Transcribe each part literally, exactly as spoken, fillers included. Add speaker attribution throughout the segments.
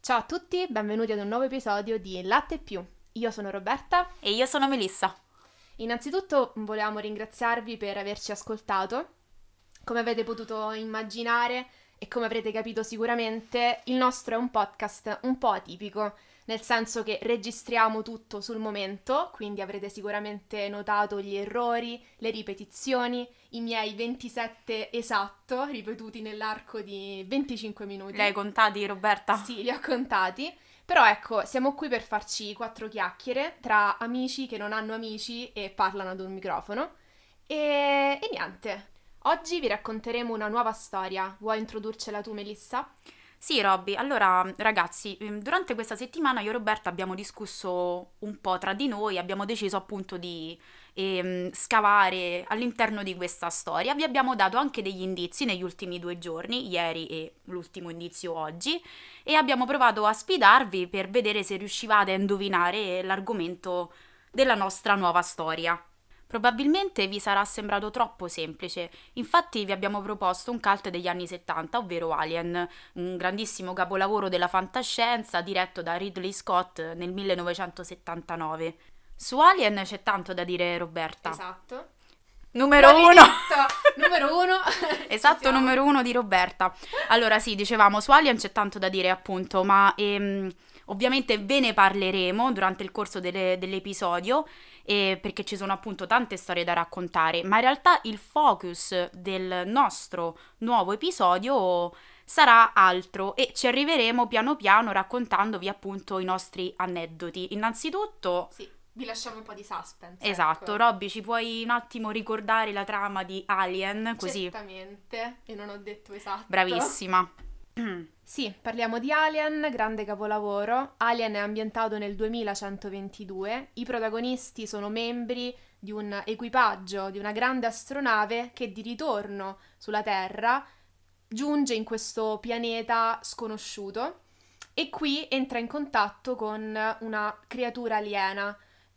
Speaker 1: Ciao a tutti, benvenuti ad un nuovo episodio di Latte Più. Io sono Roberta.
Speaker 2: E io sono Melissa.
Speaker 1: Innanzitutto volevamo ringraziarvi per averci ascoltato. Come avete potuto immaginare e come avrete capito sicuramente, il nostro è un podcast un po' atipico, nel senso che registriamo tutto sul momento, quindi avrete sicuramente notato gli errori, le ripetizioni, i miei ventisette esatto, ripetuti nell'arco di venticinque minuti.
Speaker 2: Li hai contati, Roberta?
Speaker 1: Sì, li ho contati. Però ecco, siamo qui per farci quattro chiacchiere tra amici che non hanno amici e parlano ad un microfono. E, e niente, oggi vi racconteremo una nuova storia. Vuoi introdurcela tu, Melissa?
Speaker 2: Sì, Robby. Allora, ragazzi, durante questa settimana io e Roberta abbiamo discusso un po' tra di noi, abbiamo deciso appunto di ehm, scavare all'interno di questa storia. Vi abbiamo dato anche degli indizi negli ultimi due giorni, ieri e l'ultimo indizio oggi, e abbiamo provato a sfidarvi per vedere se riuscivate a indovinare l'argomento della nostra nuova storia. Probabilmente vi sarà sembrato troppo semplice, infatti vi abbiamo proposto un cult degli anni settanta, ovvero Alien, un grandissimo capolavoro della fantascienza diretto da Ridley Scott nel millenovecentosettantanove. Su Alien c'è tanto da dire, Roberta.
Speaker 1: Esatto.
Speaker 2: Numero uno!
Speaker 1: Numero uno!
Speaker 2: Esatto, numero uno di Roberta. Allora sì, dicevamo, su Alien c'è tanto da dire appunto, ma ehm, ovviamente ve ne parleremo durante il corso delle, dell'episodio, eh, perché ci sono appunto tante storie da raccontare, ma in realtà il focus del nostro nuovo episodio sarà altro e ci arriveremo piano piano raccontandovi appunto i nostri aneddoti. Innanzitutto...
Speaker 1: Sì, vi lasciamo un po' di suspense.
Speaker 2: Esatto,
Speaker 1: ecco.
Speaker 2: Robby, ci puoi un attimo ricordare la trama di Alien? Così.
Speaker 1: Certamente, e non ho detto esatto.
Speaker 2: Bravissima.
Speaker 1: Sì, parliamo di Alien, grande capolavoro. Alien è ambientato nel duemilacentoventidue. I protagonisti sono membri di un equipaggio di una grande astronave che di ritorno sulla Terra giunge in questo pianeta sconosciuto e qui entra in contatto con una creatura aliena.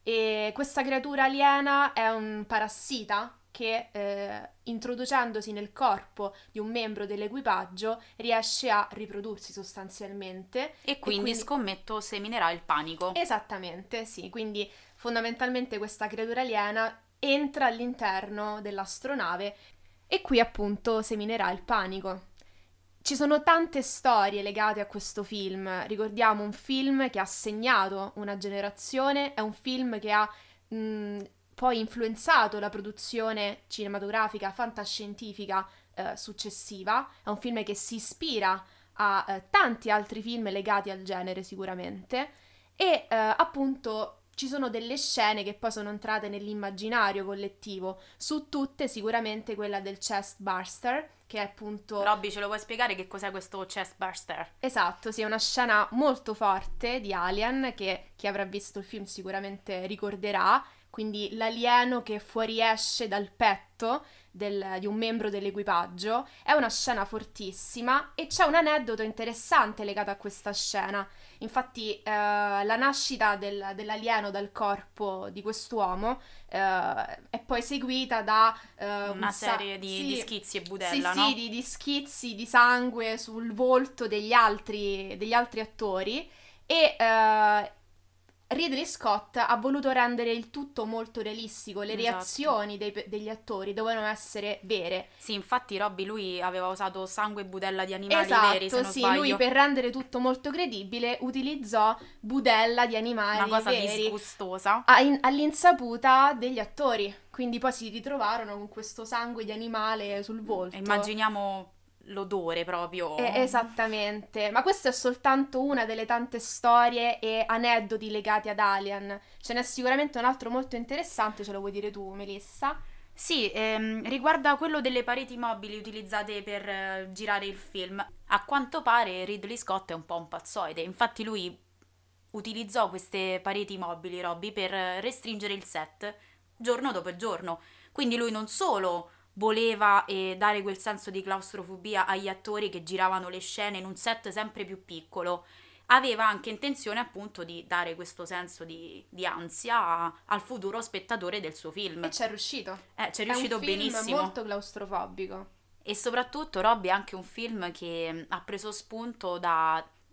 Speaker 1: E questa creatura aliena è un parassita che eh, introducendosi nel corpo di un membro dell'equipaggio riesce a riprodursi sostanzialmente.
Speaker 2: E quindi, e quindi scommetto seminerà il panico.
Speaker 1: Esattamente, sì. Quindi fondamentalmente questa creatura aliena entra all'interno dell'astronave e qui appunto seminerà il panico. Ci sono tante storie legate a questo film. Ricordiamo un film che ha segnato una generazione, è un film che ha mh, poi influenzato la produzione cinematografica fantascientifica eh, successiva. È un film che si ispira a eh, tanti altri film legati al genere sicuramente e eh, appunto ci sono delle scene che poi sono entrate nell'immaginario collettivo, su tutte sicuramente quella del chest burster, che è appunto...
Speaker 2: Robby, ce lo puoi spiegare che cos'è questo chest burster?
Speaker 1: Esatto, sì, è una scena molto forte di Alien che chi avrà visto il film sicuramente ricorderà, quindi l'alieno che fuoriesce dal petto del, di un membro dell'equipaggio. È una scena fortissima e c'è un aneddoto interessante legato a questa scena. Infatti eh, la nascita del, dell'alieno dal corpo di quest'uomo eh, è poi seguita da eh,
Speaker 2: una
Speaker 1: un
Speaker 2: serie
Speaker 1: sa-
Speaker 2: di,
Speaker 1: sì,
Speaker 2: di schizzi e budella,
Speaker 1: sì,
Speaker 2: no?
Speaker 1: Sì, di, di schizzi di sangue sul volto degli altri, degli altri attori e eh, Ridley Scott ha voluto rendere il tutto molto realistico, le
Speaker 2: Esatto.
Speaker 1: reazioni dei, degli attori dovevano essere vere.
Speaker 2: Sì, infatti Robby lui aveva usato sangue e budella di animali
Speaker 1: Esatto,
Speaker 2: veri, se non
Speaker 1: sì,
Speaker 2: sbaglio.
Speaker 1: lui per rendere tutto molto credibile utilizzò budella di animali
Speaker 2: Una cosa
Speaker 1: veri
Speaker 2: disgustosa.
Speaker 1: a- in- all'insaputa degli attori, quindi poi si ritrovarono con questo sangue di animale sul volto.
Speaker 2: Immaginiamo l'odore proprio.
Speaker 1: Eh, esattamente, ma questa è soltanto una delle tante storie e aneddoti legati ad Alien. Ce n'è sicuramente un altro molto interessante, ce lo vuoi dire tu, Melissa?
Speaker 2: Sì, ehm, riguarda quello delle pareti mobili utilizzate per eh, girare il film. A quanto pare Ridley Scott è un po' un pazzoide, infatti lui utilizzò queste pareti mobili, Robby, per eh, restringere il set giorno dopo giorno. Quindi lui non solo voleva eh, dare quel senso di claustrofobia agli attori che giravano le scene in un set sempre più piccolo, aveva anche intenzione appunto di dare questo senso di, di ansia a- al futuro spettatore del suo film.
Speaker 1: E ci è riuscito.
Speaker 2: Eh, ci è
Speaker 1: È
Speaker 2: riuscito
Speaker 1: un film
Speaker 2: benissimo.
Speaker 1: molto claustrofobico.
Speaker 2: E soprattutto Robby è anche un film che ha preso spunto da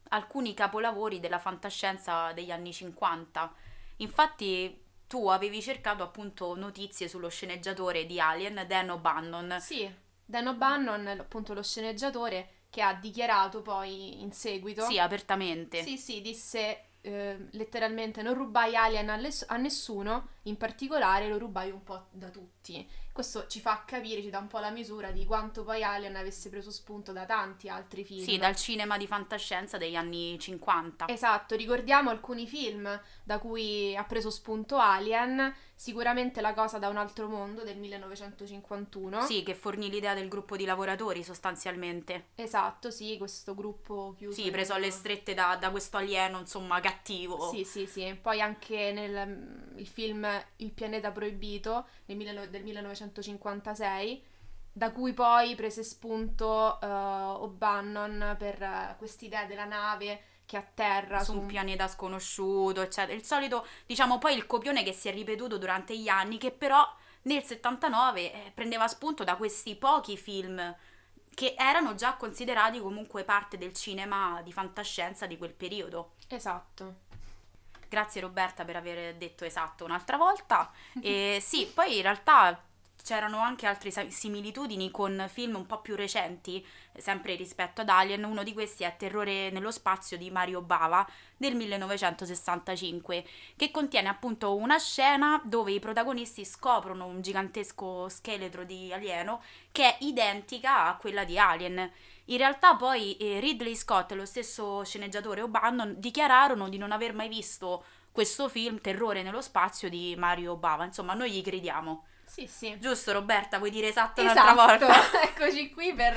Speaker 2: alcuni capolavori della fantascienza degli anni cinquanta. Infatti tu avevi cercato appunto notizie sullo sceneggiatore di Alien, Dan O'Bannon.
Speaker 1: Sì, Dan O'Bannon, appunto lo sceneggiatore, che ha dichiarato poi in seguito...
Speaker 2: Sì, apertamente.
Speaker 1: Sì, sì, disse eh, letteralmente: non rubai Alien a, les- a nessuno, in particolare lo rubai un po' da tutti. Questo ci fa capire, ci dà un po' la misura di quanto poi Alien avesse preso spunto da tanti altri film.
Speaker 2: Sì, dal cinema di fantascienza degli anni cinquanta.
Speaker 1: Esatto, ricordiamo alcuni film da cui ha preso spunto Alien, sicuramente La cosa da un altro mondo del millenovecentocinquantuno.
Speaker 2: Sì, che fornì l'idea del gruppo di lavoratori sostanzialmente.
Speaker 1: Esatto, sì, questo gruppo chiuso.
Speaker 2: Sì, preso alle strette da, da questo alieno, insomma, cattivo.
Speaker 1: Sì, sì, sì. Poi anche nel il film Il pianeta proibito del, mille- del millenovecentocinquantasei, da cui poi prese spunto uh, O'Bannon per uh, quest'idea della nave che atterra
Speaker 2: su un pianeta sconosciuto, eccetera. Il solito, diciamo, poi il copione che si è ripetuto durante gli anni, che però nel settantanove eh, prendeva spunto da questi pochi film che erano già considerati comunque parte del cinema di fantascienza di quel periodo.
Speaker 1: Esatto.
Speaker 2: Grazie Roberta per aver detto esatto un'altra volta. E sì, poi in realtà c'erano anche altre similitudini con film un po' più recenti, sempre rispetto ad Alien. Uno di questi è Terrore nello spazio di Mario Bava del millenovecentosessantacinque, che contiene appunto una scena dove i protagonisti scoprono un gigantesco scheletro di alieno che è identica a quella di Alien. In realtà poi eh, Ridley Scott e lo stesso sceneggiatore O'Bannon dichiararono di non aver mai visto questo film Terrore nello spazio di Mario Bava. Insomma, noi gli crediamo.
Speaker 1: Sì, sì.
Speaker 2: Giusto Roberta, vuoi dire esatto,
Speaker 1: esatto.
Speaker 2: un'altra volta?
Speaker 1: Eccoci qui per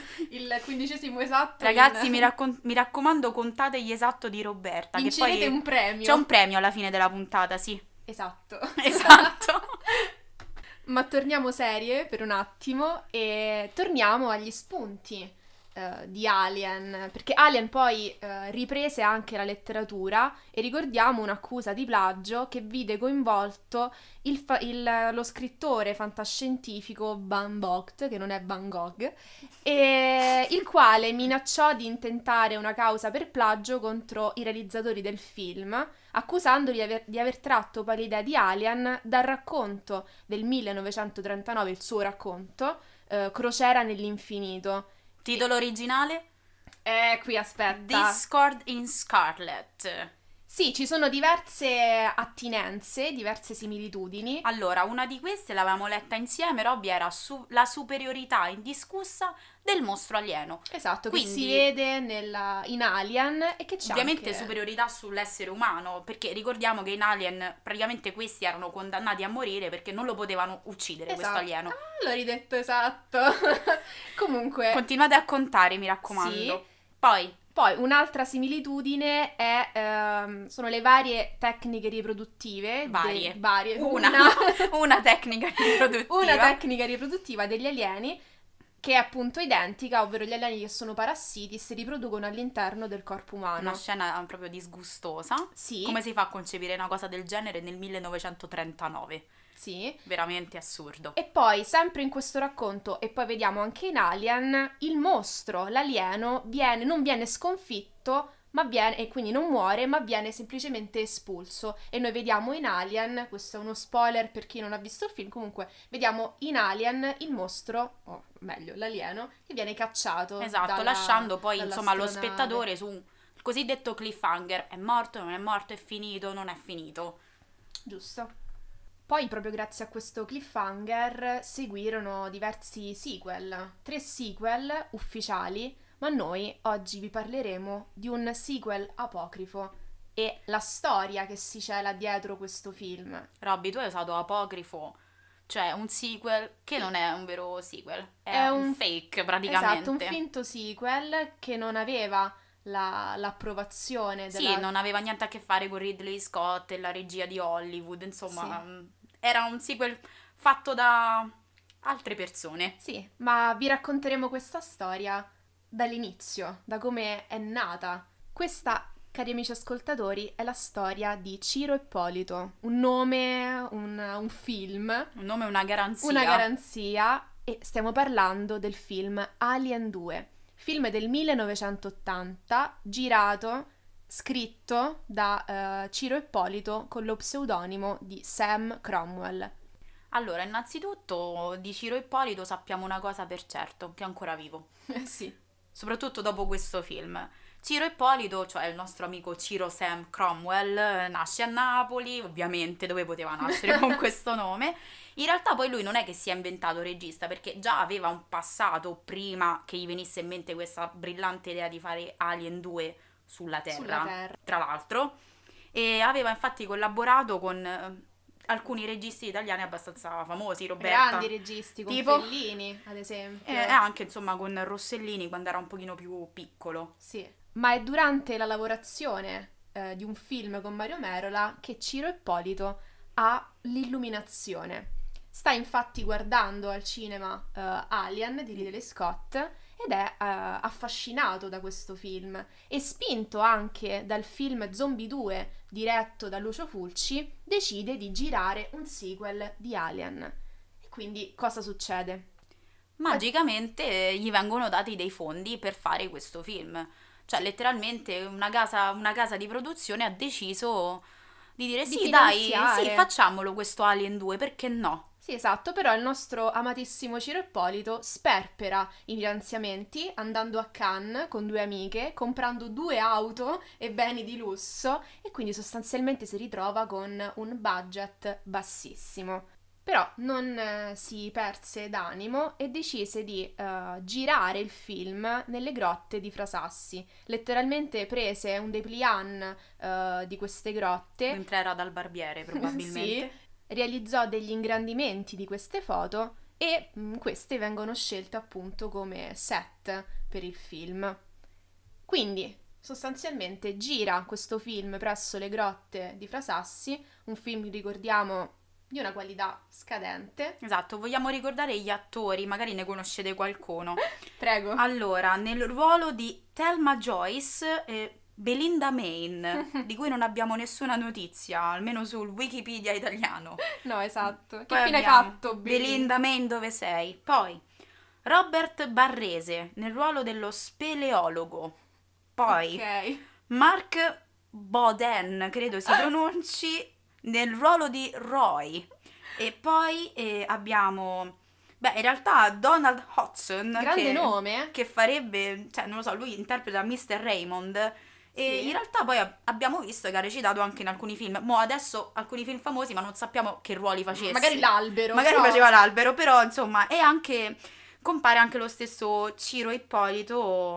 Speaker 1: il quindicesimo esatto.
Speaker 2: Ragazzi,
Speaker 1: in...
Speaker 2: mi, raccon- mi raccomando, contate gli esatto di Roberta.
Speaker 1: Vincerete
Speaker 2: che poi
Speaker 1: un premio.
Speaker 2: C'è un premio alla fine della puntata, sì.
Speaker 1: Esatto.
Speaker 2: Esatto.
Speaker 1: Ma torniamo serie per un attimo e torniamo agli spunti uh, di Alien, perché Alien poi uh, riprese anche la letteratura e ricordiamo un'accusa di plagio che vide coinvolto il fa- il, lo scrittore fantascientifico Van Vogt, che non è Van Gogh, e il quale minacciò di intentare una causa per plagio contro i realizzatori del film, accusandoli di aver, di aver tratto poi l'idea di Alien dal racconto del millenovecentotrentanove, il suo racconto, eh, Crociera nell'infinito.
Speaker 2: Titolo originale?
Speaker 1: Eh, qui aspetta.
Speaker 2: Discord in Scarlet.
Speaker 1: Sì, ci sono diverse attinenze, diverse similitudini.
Speaker 2: Allora, una di queste l'avevamo letta insieme, Robby, era su- la superiorità indiscussa del mostro alieno.
Speaker 1: Esatto,
Speaker 2: Quindi,
Speaker 1: che si vede nella, in Alien e che c'è
Speaker 2: ovviamente
Speaker 1: anche...
Speaker 2: superiorità sull'essere umano, perché ricordiamo che in Alien praticamente questi erano condannati a morire perché non lo potevano uccidere,
Speaker 1: esatto.
Speaker 2: questo alieno.
Speaker 1: Ah, l'ho ridetto esatto. Comunque...
Speaker 2: Continuate a contare, mi raccomando.
Speaker 1: Sì.
Speaker 2: Poi...
Speaker 1: Poi un'altra similitudine è, ehm, sono le varie tecniche riproduttive.
Speaker 2: Varie.
Speaker 1: De- varie.
Speaker 2: Una, una tecnica riproduttiva.
Speaker 1: Una tecnica riproduttiva degli alieni che è appunto identica, ovvero gli alieni che sono parassiti e si riproducono all'interno del corpo umano.
Speaker 2: Una scena proprio disgustosa.
Speaker 1: Sì.
Speaker 2: Come si fa a concepire una cosa del genere nel millenovecentotrentanove?
Speaker 1: Sì.
Speaker 2: Veramente assurdo.
Speaker 1: E poi, sempre in questo racconto, e poi vediamo anche in Alien, il mostro, l'alieno, viene, non viene sconfitto, ma viene, e quindi non muore, ma viene semplicemente espulso. E noi vediamo in Alien, questo è uno spoiler per chi non ha visto il film, comunque vediamo in Alien il mostro, o meglio l'alieno, che viene cacciato.
Speaker 2: Esatto,
Speaker 1: dalla,
Speaker 2: lasciando poi insomma lo
Speaker 1: dall'astronave.
Speaker 2: spettatore su un cosiddetto cliffhanger. È morto, non è morto, è finito, non è finito.
Speaker 1: Giusto. Poi, proprio grazie a questo cliffhanger, seguirono diversi sequel, tre sequel ufficiali, ma noi oggi vi parleremo di un sequel apocrifo e la storia che si cela dietro questo film.
Speaker 2: Robby, tu hai usato apocrifo, cioè un sequel che non è un vero sequel, è,
Speaker 1: È
Speaker 2: un
Speaker 1: un-
Speaker 2: fake praticamente.
Speaker 1: Esatto, un finto sequel che non aveva la- l'approvazione della...
Speaker 2: Sì, non aveva niente a che fare con Ridley Scott e la regia di Hollywood, insomma,
Speaker 1: Sì.
Speaker 2: mh, era un sequel fatto da altre persone.
Speaker 1: Sì, ma vi racconteremo questa storia dall'inizio, da come è nata. Questa, cari amici ascoltatori, è la storia di Ciro Ippolito, un nome, un, un film,
Speaker 2: Un nome è una garanzia.
Speaker 1: una garanzia, e stiamo parlando del film Alien due, film del millenovecentottanta, girato, scritto da uh, Ciro Ippolito con lo pseudonimo di Sam Cromwell.
Speaker 2: Allora, innanzitutto di Ciro Ippolito sappiamo una cosa per certo, che è ancora vivo.
Speaker 1: Sì.
Speaker 2: Soprattutto dopo questo film. Ciro Ippolito, cioè il nostro amico Ciro Sam Cromwell, nasce a Napoli, ovviamente, dove poteva nascere con questo nome. In realtà poi lui non è che si è inventato regista, perché già aveva un passato prima che gli venisse in mente questa brillante idea di fare Alien due sulla Terra,
Speaker 1: Sulla Terra.
Speaker 2: tra l'altro, e aveva infatti collaborato con eh, alcuni registi italiani abbastanza famosi, Roberta.
Speaker 1: Grandi registi, con
Speaker 2: tipo
Speaker 1: Fellini, ad esempio.
Speaker 2: E anche, insomma, con Rossellini quando era un pochino più piccolo.
Speaker 1: Sì. Ma è durante la lavorazione eh, di un film con Mario Merola che Ciro Ippolito ha l'illuminazione. Sta infatti guardando al cinema uh, Alien di Ridley Scott ed è uh, affascinato da questo film e spinto anche dal film Zombie due diretto da Lucio Fulci, decide di girare un sequel di Alien. E quindi cosa succede?
Speaker 2: Magicamente gli vengono dati dei fondi per fare questo film. Cioè, letteralmente una casa, una casa di produzione ha deciso di dire
Speaker 1: Di
Speaker 2: sì, dai,
Speaker 1: finanziare.
Speaker 2: sì, facciamolo questo Alien due, perché no?
Speaker 1: Sì, esatto, però il nostro amatissimo Ciro Ippolito sperpera i finanziamenti andando a Cannes con due amiche, comprando due auto e beni di lusso e quindi sostanzialmente si ritrova con un budget bassissimo. Però non eh, si perse d'animo e decise di eh, girare il film nelle grotte di Frasassi. Letteralmente prese un dépliant eh, di queste grotte.
Speaker 2: Mentre era dal barbiere, probabilmente.
Speaker 1: Sì, realizzò degli ingrandimenti di queste foto e mh, queste vengono scelte appunto come set per il film. Quindi, sostanzialmente, gira questo film presso le grotte di Frasassi, un film, ricordiamo, di una qualità scadente.
Speaker 2: Esatto, vogliamo ricordare gli attori, magari ne conoscete qualcuno.
Speaker 1: Prego.
Speaker 2: Allora, nel ruolo di Thelma Joyce e Belinda Main, di cui non abbiamo nessuna notizia, almeno sul Wikipedia italiano.
Speaker 1: No, esatto. Che
Speaker 2: Poi
Speaker 1: fine hai
Speaker 2: abbiamo
Speaker 1: fatto, Belinda?
Speaker 2: Belinda Main, dove sei? Poi Robert Barrese nel ruolo dello speleologo. Poi
Speaker 1: Ok.
Speaker 2: Mark Boden, credo si pronunci, nel ruolo di Roy. E poi eh, abbiamo, beh, in realtà Donald Hudson,
Speaker 1: Grande
Speaker 2: che,
Speaker 1: nome, eh?
Speaker 2: che farebbe, cioè non lo so, lui interpreta mister Raymond. E
Speaker 1: Sì.
Speaker 2: in realtà poi ab- abbiamo visto che ha recitato anche in alcuni film. Mo' adesso alcuni film famosi, ma non sappiamo che ruoli facesse.
Speaker 1: Magari l'albero.
Speaker 2: Magari
Speaker 1: però-
Speaker 2: faceva l'albero, però insomma, e anche compare anche lo stesso Ciro Ippolito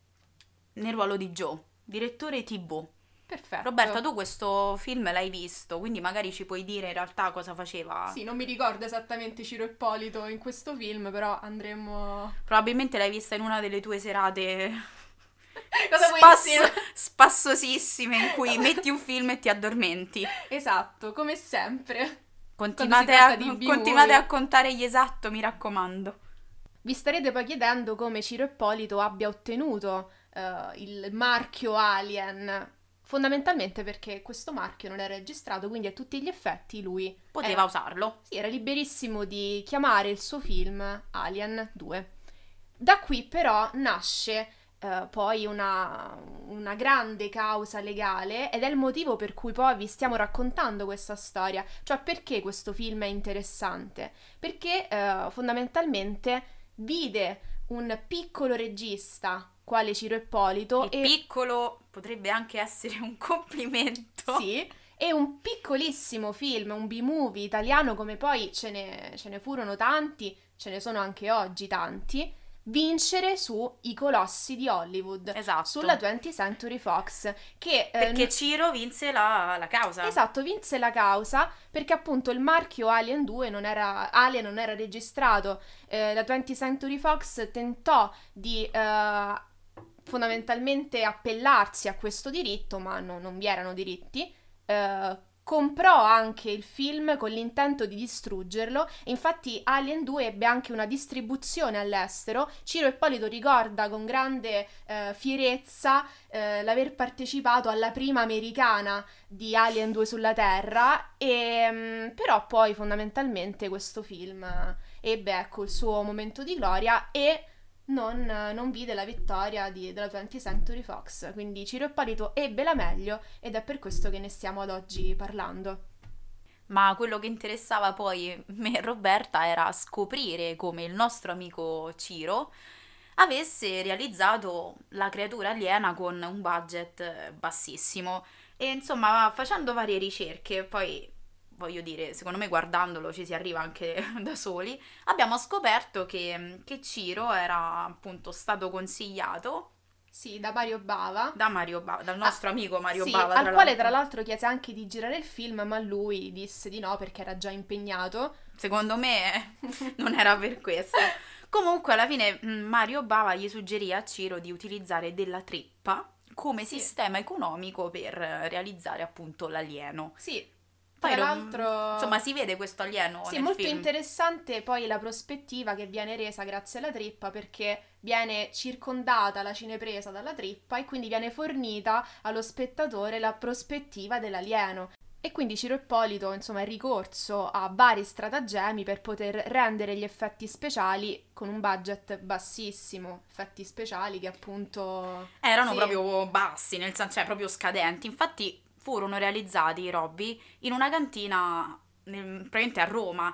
Speaker 2: nel ruolo di Joe, direttore tivù.
Speaker 1: Perfetto.
Speaker 2: Roberta, tu questo film l'hai visto, quindi magari ci puoi dire in realtà cosa faceva.
Speaker 1: Sì, non mi ricordo esattamente Ciro Ippolito in questo film, però andremo...
Speaker 2: Probabilmente l'hai vista in una delle tue serate
Speaker 1: Cosa vuoi
Speaker 2: spass-
Speaker 1: insieme?
Speaker 2: spassosissime in cui metti un film e ti addormenti.
Speaker 1: Esatto, come sempre.
Speaker 2: Continuate,
Speaker 1: Quando si
Speaker 2: a,
Speaker 1: tratta di B-movie.
Speaker 2: continuate a contare gli esatto, mi raccomando.
Speaker 1: Vi starete poi chiedendo come Ciro Ippolito abbia ottenuto eh, il marchio Alien. Fondamentalmente perché questo marchio non era registrato, quindi a tutti gli effetti lui
Speaker 2: Poteva
Speaker 1: era,
Speaker 2: usarlo.
Speaker 1: sì, era liberissimo di chiamare il suo film Alien due. Da qui però nasce eh, poi una, una grande causa legale ed è il motivo per cui poi vi stiamo raccontando questa storia. Cioè, perché questo film è interessante? Perché eh, fondamentalmente vide un piccolo regista quale Ciro Ippolito
Speaker 2: Il
Speaker 1: e
Speaker 2: piccolo potrebbe anche essere un complimento.
Speaker 1: sì, e un piccolissimo film, un B-movie italiano come poi ce ne, ce ne furono tanti, ce ne sono anche oggi tanti, vincere su I Colossi di Hollywood,
Speaker 2: Esatto.
Speaker 1: sulla twentieth Century Fox, che... eh,
Speaker 2: Perché
Speaker 1: n-
Speaker 2: Ciro vinse la, la causa.
Speaker 1: Esatto, vinse la causa perché appunto il marchio Alien due non era, Alien non era registrato. Eh, la twentieth Century Fox tentò di eh, fondamentalmente appellarsi a questo diritto, ma no- non vi erano diritti. Eh, comprò anche il film con l'intento di distruggerlo e infatti Alien due ebbe anche una distribuzione all'estero. Ciro Ippolito ricorda con grande eh, fierezza eh, l'aver partecipato alla prima americana di Alien due sulla Terra e mh, però poi fondamentalmente questo film ebbe ecco il suo momento di gloria e non, non vide la vittoria di- della twentieth Century Fox, quindi Ciro Ippolito ebbe la meglio ed è per questo che ne stiamo ad oggi parlando.
Speaker 2: Ma quello che interessava poi me e Roberta era scoprire come il nostro amico Ciro avesse realizzato la creatura aliena con un budget eh, bassissimo. E insomma, facendo varie ricerche, poi voglio dire, secondo me guardandolo ci si arriva anche da soli, abbiamo scoperto che, che Ciro era appunto stato consigliato
Speaker 1: Sì, da Mario Bava.
Speaker 2: da Mario Bava, dal nostro
Speaker 1: Ah,
Speaker 2: amico Mario
Speaker 1: sì,
Speaker 2: Bava,
Speaker 1: al
Speaker 2: tra
Speaker 1: quale tra
Speaker 2: l'altro.
Speaker 1: l'altro chiese anche di girare il film, ma lui disse di no perché era già impegnato.
Speaker 2: Secondo me non era per questo. Comunque, alla fine mh, Mario Bava gli suggerì a Ciro di utilizzare della trippa come
Speaker 1: Sì,
Speaker 2: sistema economico per eh, realizzare appunto l'alieno.
Speaker 1: sì,
Speaker 2: Poi,
Speaker 1: tra
Speaker 2: lo-
Speaker 1: l'altro...
Speaker 2: insomma, si vede questo alieno
Speaker 1: Sì, è
Speaker 2: nel
Speaker 1: molto
Speaker 2: film.
Speaker 1: interessante poi la prospettiva che viene resa grazie alla trippa perché viene circondata la cinepresa dalla trippa e quindi viene fornita allo spettatore la prospettiva dell'alieno. E quindi Ciro Ippolito, insomma, è ricorso a vari stratagemmi per poter rendere gli effetti speciali con un budget bassissimo, effetti speciali che appunto...
Speaker 2: Erano
Speaker 1: Sì.
Speaker 2: proprio bassi, nel senso, cioè proprio scadenti. Infatti furono realizzati, Robby, in una cantina nel- praticamente a Roma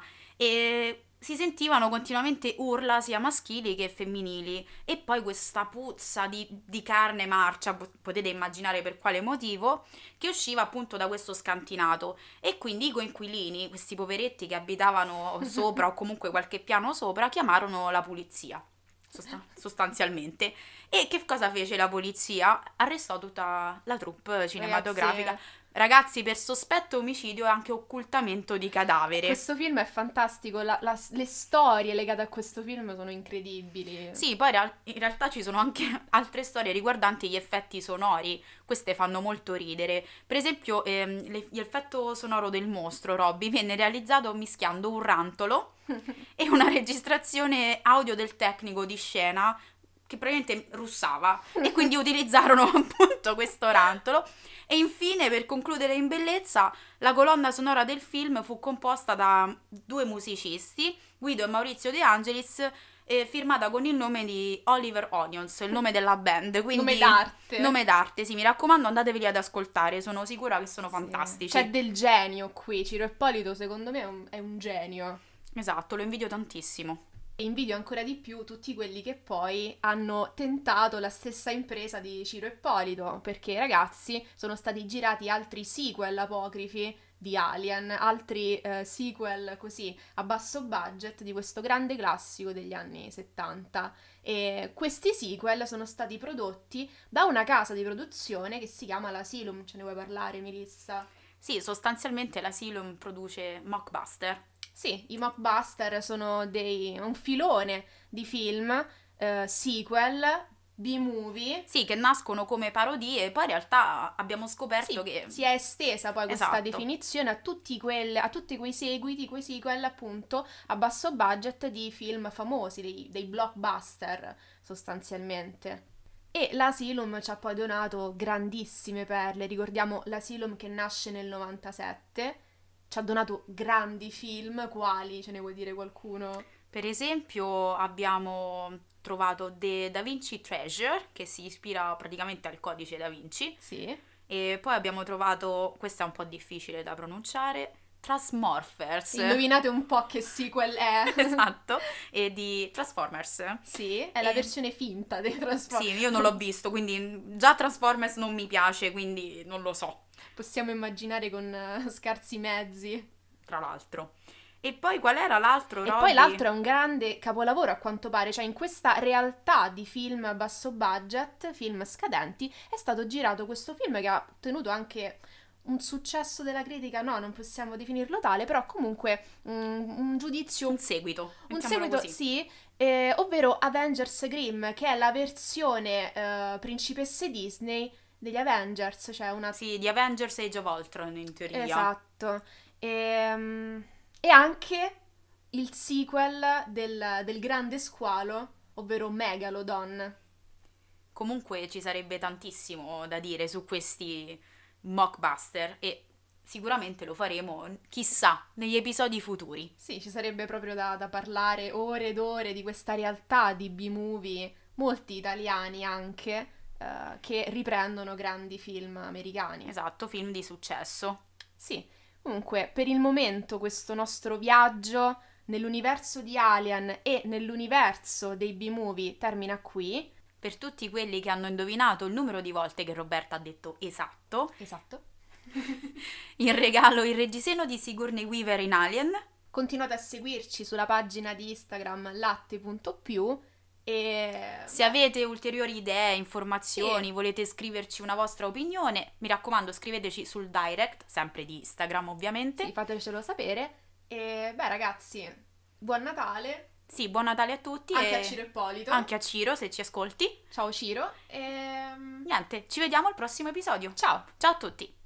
Speaker 2: e si sentivano continuamente urla sia maschili che femminili e poi questa puzza di, di carne marcia, po- potete immaginare per quale motivo, che usciva appunto da questo scantinato e quindi i coinquilini, questi poveretti che abitavano sopra o comunque qualche piano sopra, chiamarono la polizia, sostan- sostanzialmente. E che cosa fece la polizia? Arrestò tutta la troupe cinematografica.
Speaker 1: Ragazzi,
Speaker 2: Ragazzi, per sospetto omicidio e anche occultamento di cadavere.
Speaker 1: questo film è fantastico, la- la- le storie legate a questo film sono incredibili.
Speaker 2: Sì, poi real- in realtà ci sono anche altre storie riguardanti gli effetti sonori. Queste fanno molto ridere. Per esempio, ehm, le- l'effetto sonoro del mostro, Robby, venne realizzato mischiando un rantolo e una registrazione audio del tecnico di scena che praticamente russava e quindi utilizzarono appunto questo rantolo. E infine, per concludere in bellezza, la colonna sonora del film fu composta da due musicisti, Guido e Maurizio De Angelis, eh, firmata con il nome di Oliver Onions, il nome della band. Quindi,
Speaker 1: Nome d'arte.
Speaker 2: Nome d'arte, sì, mi raccomando, andateveli ad ascoltare, sono sicura che sono
Speaker 1: Sì.
Speaker 2: fantastici.
Speaker 1: C'è del genio qui, Ciro Ippolito secondo me è un, è un genio.
Speaker 2: Esatto, lo invidio tantissimo.
Speaker 1: E invidio ancora di più tutti quelli che poi hanno tentato la stessa impresa di Ciro Ippolito, perché ragazzi sono stati girati altri sequel apocrifi di Alien, altri eh, sequel così a basso budget di questo grande classico degli anni settanta. E questi sequel sono stati prodotti da una casa di produzione che si chiama l'Asylum. Ce ne vuoi parlare, Melissa?
Speaker 2: Sì, sostanzialmente l'Asylum produce mockbuster.
Speaker 1: Sì, i mockbuster sono dei, un filone di film, eh, sequel, B-movie.
Speaker 2: Sì, che nascono come parodie, poi in realtà abbiamo scoperto
Speaker 1: Sì,
Speaker 2: che...
Speaker 1: si è estesa poi questa
Speaker 2: Esatto.
Speaker 1: definizione a tutti, quel, a tutti quei seguiti, quei sequel appunto a basso budget di film famosi, dei, dei blockbuster sostanzialmente. E l'Asylum ci ha poi donato grandissime perle, ricordiamo l'Asylum che nasce nel novantasette, ci ha donato grandi film, quali? Ce ne vuoi dire qualcuno?
Speaker 2: Per esempio abbiamo trovato The Da Vinci Treasure, che si ispira praticamente al codice Da Vinci,
Speaker 1: Sì.
Speaker 2: e poi abbiamo trovato, questa è un po' difficile da pronunciare, Transmorphers.
Speaker 1: Indovinate un po' che sequel è.
Speaker 2: Esatto, e di Transformers.
Speaker 1: Sì, è la
Speaker 2: E-
Speaker 1: versione finta dei Transformers.
Speaker 2: Sì, io non l'ho visto, quindi già Transformers non mi piace, quindi non lo so,
Speaker 1: Possiamo immaginare con eh, scarsi mezzi.
Speaker 2: tra l'altro. E poi qual era l'altro,
Speaker 1: E
Speaker 2: Robby?
Speaker 1: poi l'altro è un grande capolavoro a quanto pare, cioè in questa realtà di film a basso budget, film scadenti, è stato girato questo film che ha ottenuto anche un successo della critica, no, non possiamo definirlo tale, però comunque un, un giudizio,
Speaker 2: Un seguito,
Speaker 1: un
Speaker 2: mettiamolo
Speaker 1: seguito,
Speaker 2: così.
Speaker 1: sì, eh, ovvero Avengers Grimm, che è la versione eh, principesse Disney degli Avengers, cioè una...
Speaker 2: Sì, di Avengers Age of Ultron in teoria.
Speaker 1: Esatto. E, e anche il sequel del, del grande squalo, ovvero Megalodon.
Speaker 2: Comunque ci sarebbe tantissimo da dire su questi mockbuster e sicuramente lo faremo, chissà, negli episodi futuri.
Speaker 1: Sì, ci sarebbe proprio da, da parlare ore ed ore di questa realtà di B-movie, molti italiani anche, eh, che riprendono grandi film americani.
Speaker 2: Esatto, film di successo.
Speaker 1: Sì, comunque per il momento questo nostro viaggio nell'universo di Alien e nell'universo dei B-movie termina qui.
Speaker 2: Per tutti quelli che hanno indovinato il numero di volte che Roberta ha detto esatto,
Speaker 1: Esatto.
Speaker 2: in regalo il reggiseno di Sigourney Weaver in Alien.
Speaker 1: Continuate a seguirci sulla pagina di Instagram latte punto più e...
Speaker 2: Se avete ulteriori idee, informazioni,
Speaker 1: Sì.
Speaker 2: volete scriverci una vostra opinione, mi raccomando scriveteci sul direct, sempre di Instagram ovviamente.
Speaker 1: Sì, fatecelo sapere. E beh ragazzi, buon Natale.
Speaker 2: Sì, buon Natale a tutti.
Speaker 1: Anche
Speaker 2: e
Speaker 1: a Ciro Ippolito.
Speaker 2: Anche a Ciro, se ci ascolti.
Speaker 1: Ciao Ciro. E...
Speaker 2: Niente, ci vediamo al prossimo episodio.
Speaker 1: Ciao.
Speaker 2: Ciao a tutti.